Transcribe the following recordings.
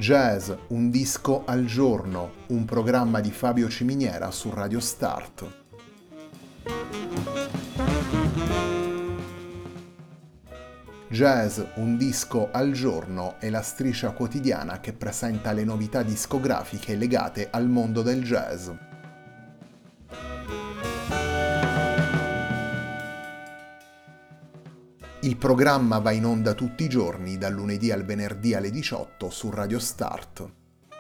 Jazz, un disco al giorno, un programma di Fabio Ciminiera su Radio Start. Jazz, un disco al giorno è la striscia quotidiana che presenta le novità discografiche legate al mondo del jazz. Il programma va in onda tutti i giorni, dal lunedì al venerdì alle 18 su Radio Start.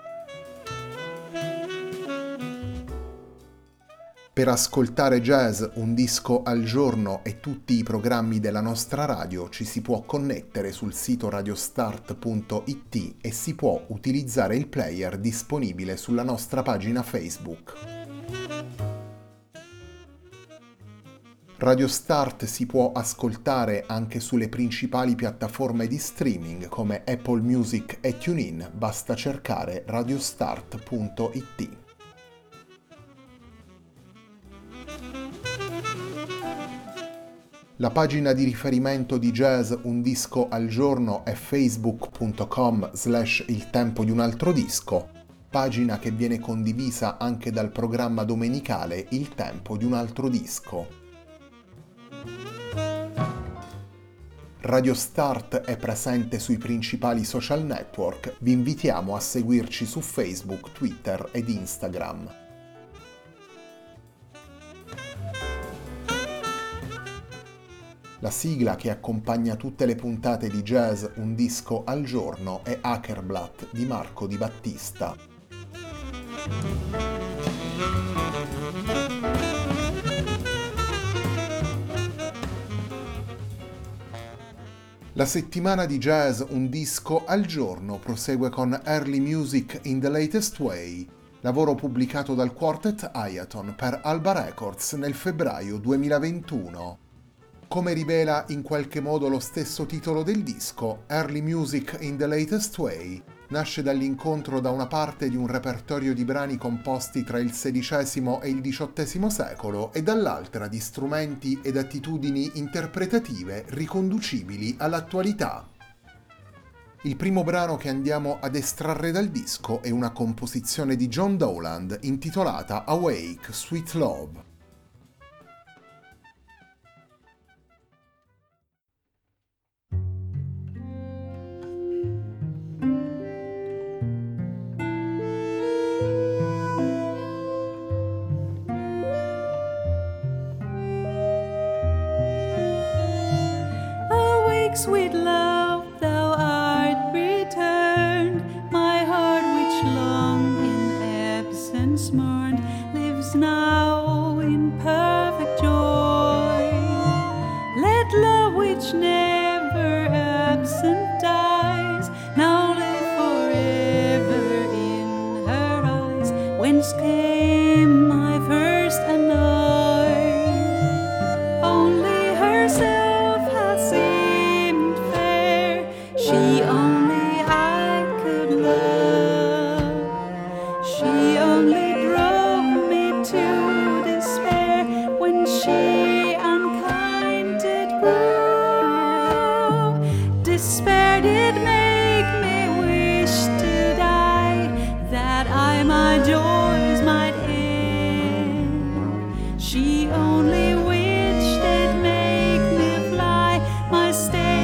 Per ascoltare Jazz, un disco al giorno e tutti i programmi della nostra radio ci si può connettere sul sito radiostart.it e si può utilizzare il player disponibile sulla nostra pagina Facebook. Radio Start si può ascoltare anche sulle principali piattaforme di streaming come Apple Music e TuneIn, basta cercare radiostart.it. La pagina di riferimento di Jazz Un Disco al Giorno è facebook.com/il tempo di un altro disco, pagina che viene condivisa anche dal programma domenicale Il tempo di un altro disco. Radio Start è presente sui principali social network, vi invitiamo a seguirci su Facebook, Twitter ed Instagram. La sigla che accompagna tutte le puntate di Jazz Un Disco al Giorno è Hackerblatt di Marco Di Battista. La settimana di Jazz Un Disco al Giorno prosegue con Early Music in the Latest Way, lavoro pubblicato dal Quartet Ayaton per Alba Records nel febbraio 2021. Come rivela in qualche modo lo stesso titolo del disco, Early Music in the Latest Way nasce dall'incontro da una parte di un repertorio di brani composti tra il XVI e il XVIII secolo e dall'altra di strumenti ed attitudini interpretative riconducibili all'attualità. Il primo brano che andiamo ad estrarre dal disco è una composizione di John Dowland intitolata Awake, Sweet Love. Sweet love, thou art returned. My heart, which long in absence mourned, lives now in perfect joy. Let love, which never absent dies, now live forever in her eyes. Whence came my first annoy? Only herself has seen. She only I could love. She only drove me to despair when she unkind did grow. Despair did make me wish to die, that I my joys might end. She only wished it make me fly, my stay.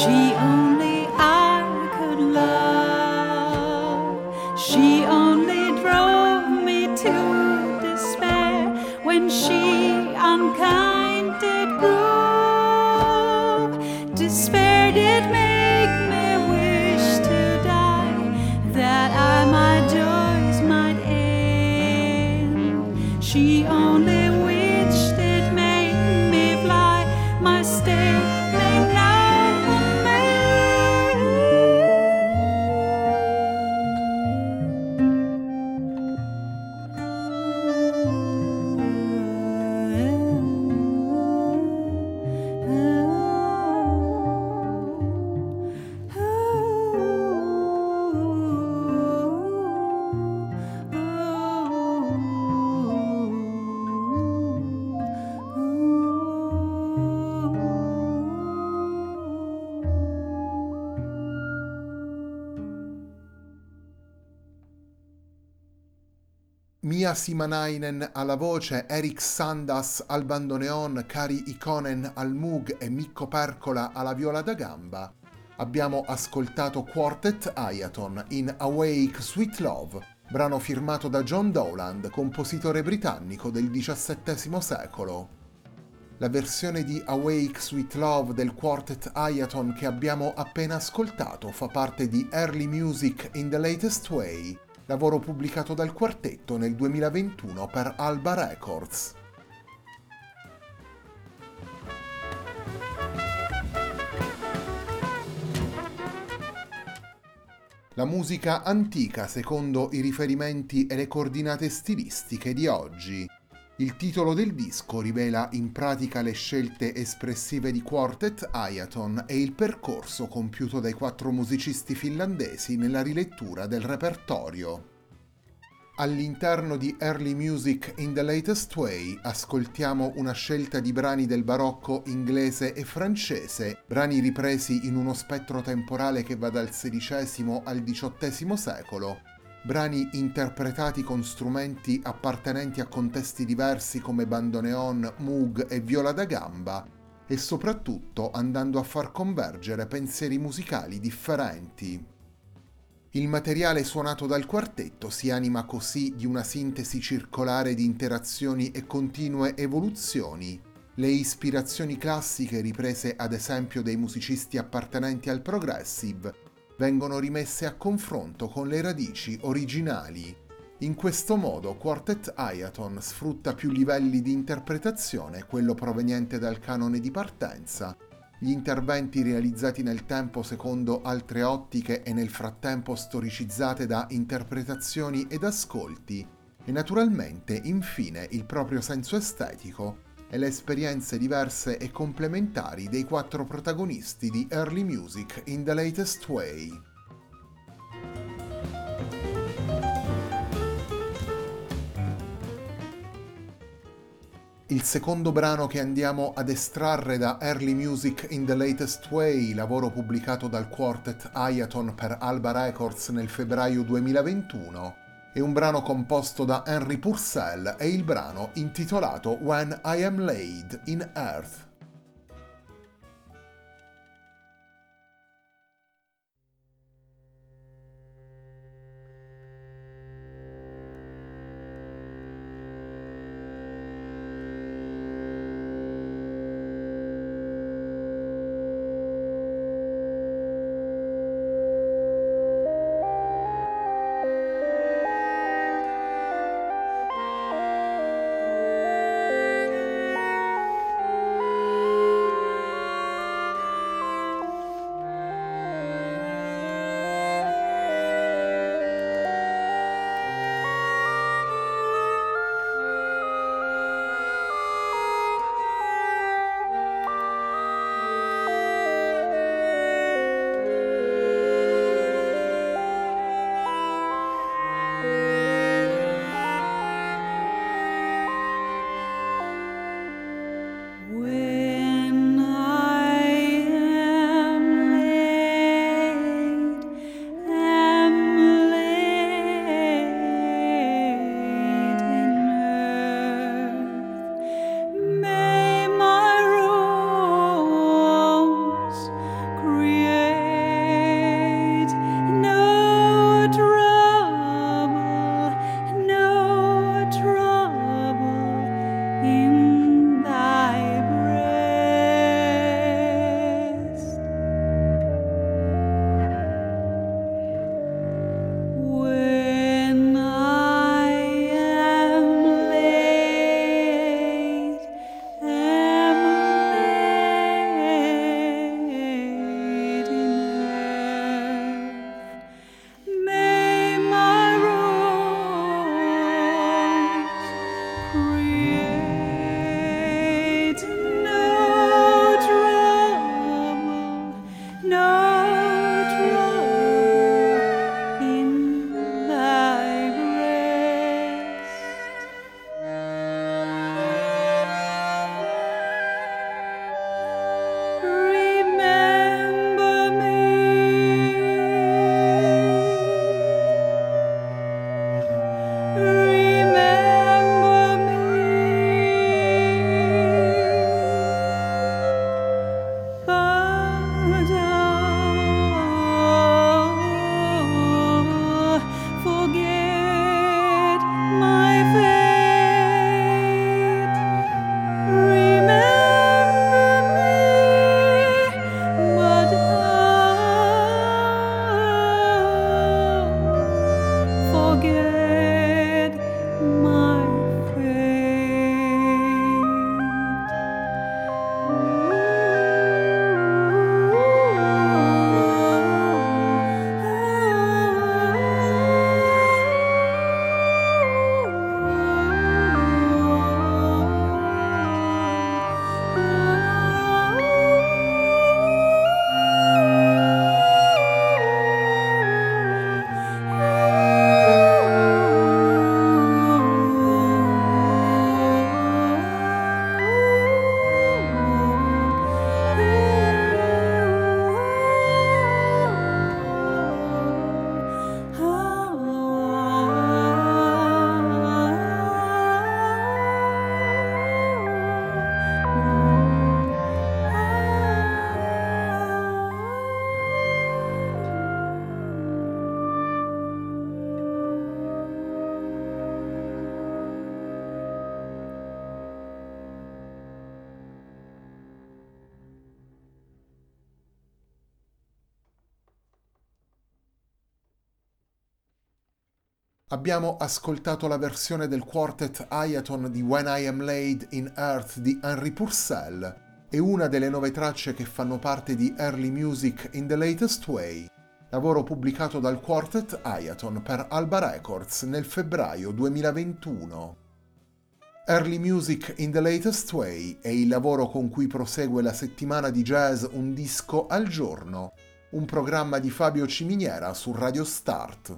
She only I could love. She only drove me to despair when she unkind did prove. Despair did make me wish to die, that I my joys might end. She only wished it made me fly, my state may now Mia Simanainen alla voce, Erik Sandas al bandoneon, Kari Ikonen al Moog e Mikko Perkola alla viola da gamba. Abbiamo ascoltato Quartet Ayaton in Awake Sweet Love, brano firmato da John Dowland, compositore britannico del XVII secolo. La versione di Awake Sweet Love del Quartet Ayaton che abbiamo appena ascoltato fa parte di Early Music in the Latest Way, lavoro pubblicato dal quartetto nel 2021 per Alba Records. La musica antica secondo i riferimenti e le coordinate stilistiche di oggi. Il titolo del disco rivela in pratica le scelte espressive di Quartet Ayaton e il percorso compiuto dai 4 musicisti finlandesi nella rilettura del repertorio. All'interno di Early Music in the Latest Way ascoltiamo una scelta di brani del barocco inglese e francese, brani ripresi in uno spettro temporale che va dal XVI al XVIII secolo, brani interpretati con strumenti appartenenti a contesti diversi come bandoneon, moog e viola da gamba, e soprattutto andando a far convergere pensieri musicali differenti. Il materiale suonato dal quartetto si anima così di una sintesi circolare di interazioni e continue evoluzioni. Le ispirazioni classiche riprese ad esempio dai musicisti appartenenti al progressive vengono rimesse a confronto con le radici originali. In questo modo Quartet Ayaton sfrutta più livelli di interpretazione, quello proveniente dal canone di partenza, gli interventi realizzati nel tempo secondo altre ottiche e nel frattempo storicizzate da interpretazioni ed ascolti, e naturalmente, infine, il proprio senso estetico e le esperienze diverse e complementari dei 4 protagonisti di Early Music in the Latest Way. Il secondo brano che andiamo ad estrarre da Early Music in the Latest Way, lavoro pubblicato dal Quartet Ayaton per Alba Records nel febbraio 2021, è un brano composto da Henry Purcell e il brano intitolato When I Am Laid in Earth. no trouble in thy breast. Remember me, remember me, but forget my fate. Remember me, but forget my Abbiamo ascoltato la versione del quartet Ayaton di When I Am Laid in Earth di Henry Purcell e una delle 9 tracce che fanno parte di Early Music in the Latest Way, lavoro pubblicato dal quartet Ayaton per Alba Records nel febbraio 2021. Early Music in the Latest Way è il lavoro con cui prosegue la settimana di jazz Un disco al giorno, un programma di Fabio Ciminiera su Radio Start.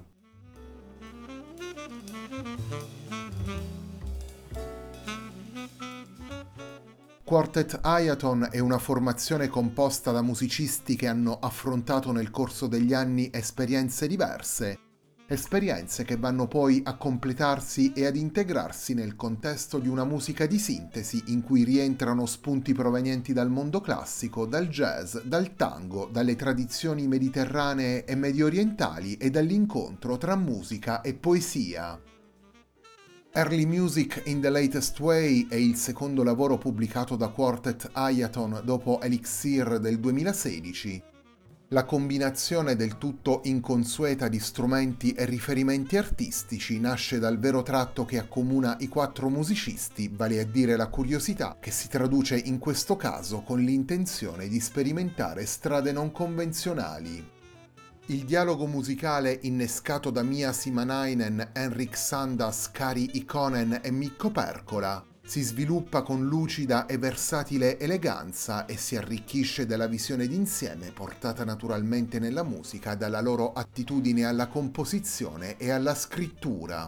Quartet Ayaton è una formazione composta da musicisti che hanno affrontato nel corso degli anni esperienze diverse, esperienze che vanno poi a completarsi e ad integrarsi nel contesto di una musica di sintesi in cui rientrano spunti provenienti dal mondo classico, dal jazz, dal tango, dalle tradizioni mediterranee e mediorientali e dall'incontro tra musica e poesia. Early Music in the Latest Way è il secondo lavoro pubblicato da Quartet Ayaton dopo Elixir del 2016. La combinazione del tutto inconsueta di strumenti e riferimenti artistici nasce dal vero tratto che accomuna i 4 musicisti, vale a dire la curiosità, che si traduce in questo caso con l'intenzione di sperimentare strade non convenzionali. Il dialogo musicale innescato da Mia Simanainen, Henrik Sandas, Kari Ikonen e Mikko Perkola si sviluppa con lucida e versatile eleganza e si arricchisce della visione d'insieme portata naturalmente nella musica dalla loro attitudine alla composizione e alla scrittura.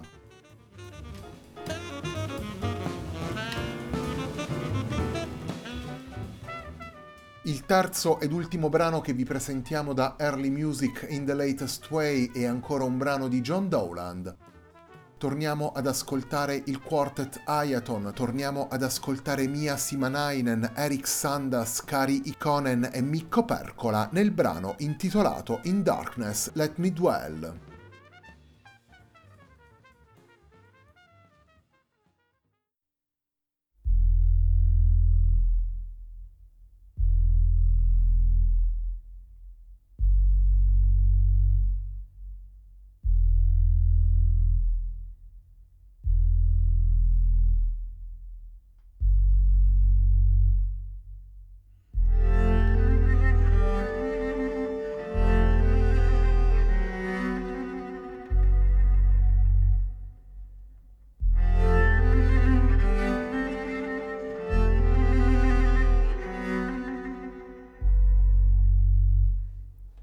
Il terzo ed ultimo brano che vi presentiamo da Early Music in the Latest Way è ancora un brano di John Dowland. Torniamo ad ascoltare il quartet Ayaton, torniamo ad ascoltare Mia Simanainen, Erik Sandas, Kari Ikonen e Mikko Perkola nel brano intitolato In Darkness Let Me Dwell.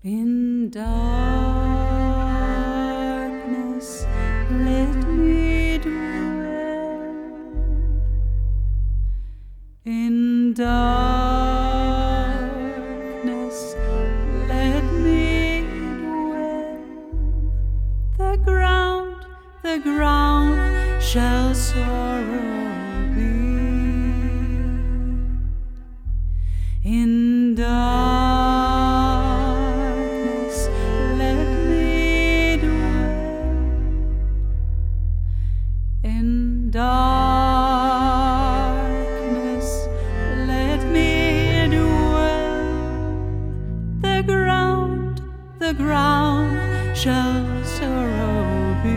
In darkness, let me dwell. In darkness, let me dwell. The ground shall sorrow be. In darkness, let me dwell. In darkness, let me dwell. The ground shall sorrow be.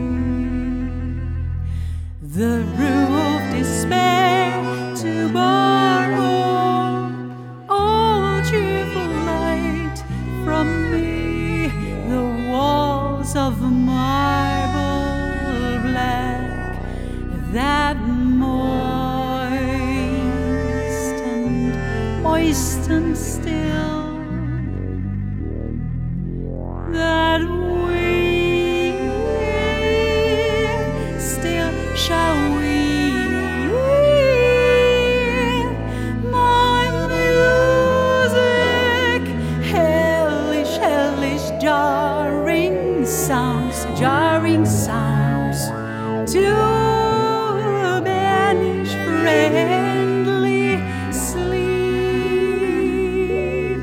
The roof despair to borrow all cheerful light from me. The walls of marble black that moist and still, that we still shall weave. My music, hellish, jarring sounds to banish friendly sleep.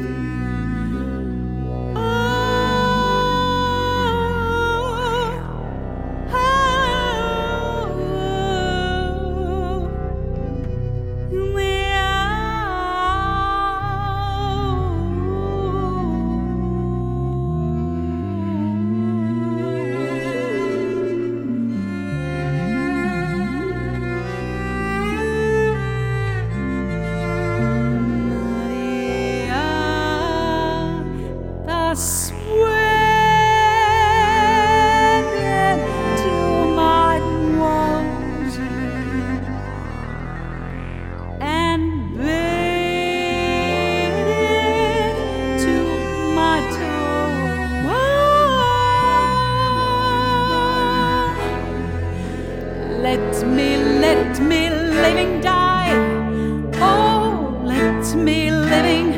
Let me living die. Oh, let me living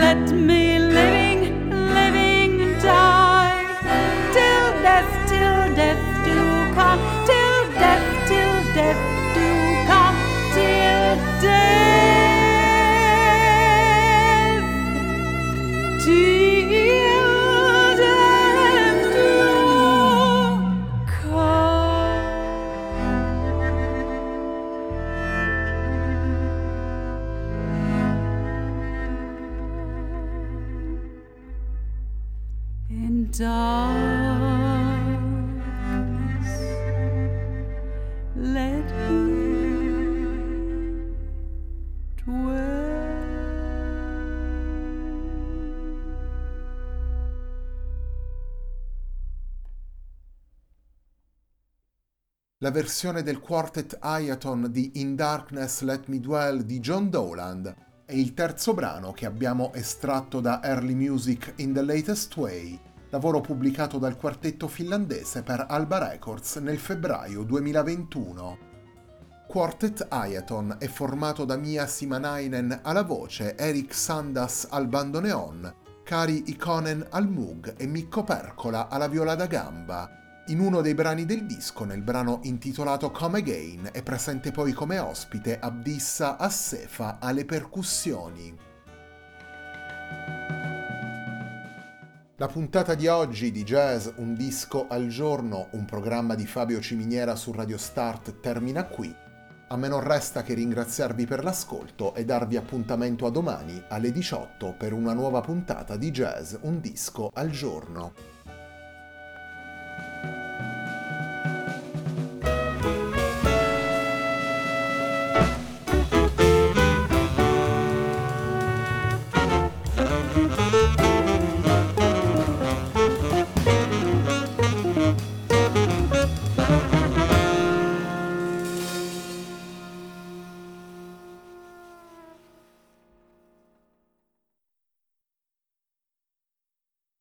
die. Till death do come. Till death do come. Till death do in darkness, let me dwell. La versione del Quartet Ayaton di In Darkness Let Me Dwell di John Dowland è il terzo brano che abbiamo estratto da Early Music in the Latest Way, lavoro pubblicato dal quartetto finlandese per Alba Records nel febbraio 2021. Quartet Ayaton è formato da Mia Simanainen alla voce, Erik Sandas al bandoneon, Kari Ikonen al Moog e Mikko Perkola alla viola da gamba. In uno dei brani del disco, nel brano intitolato Come Again, è presente poi come ospite Abdissa Assefa alle percussioni. La puntata di oggi di Jazz Un Disco al Giorno, un programma di Fabio Ciminiera su Radio Start, termina qui. A me non resta che ringraziarvi per l'ascolto e darvi appuntamento a domani alle 18 per una nuova puntata di Jazz Un Disco al Giorno.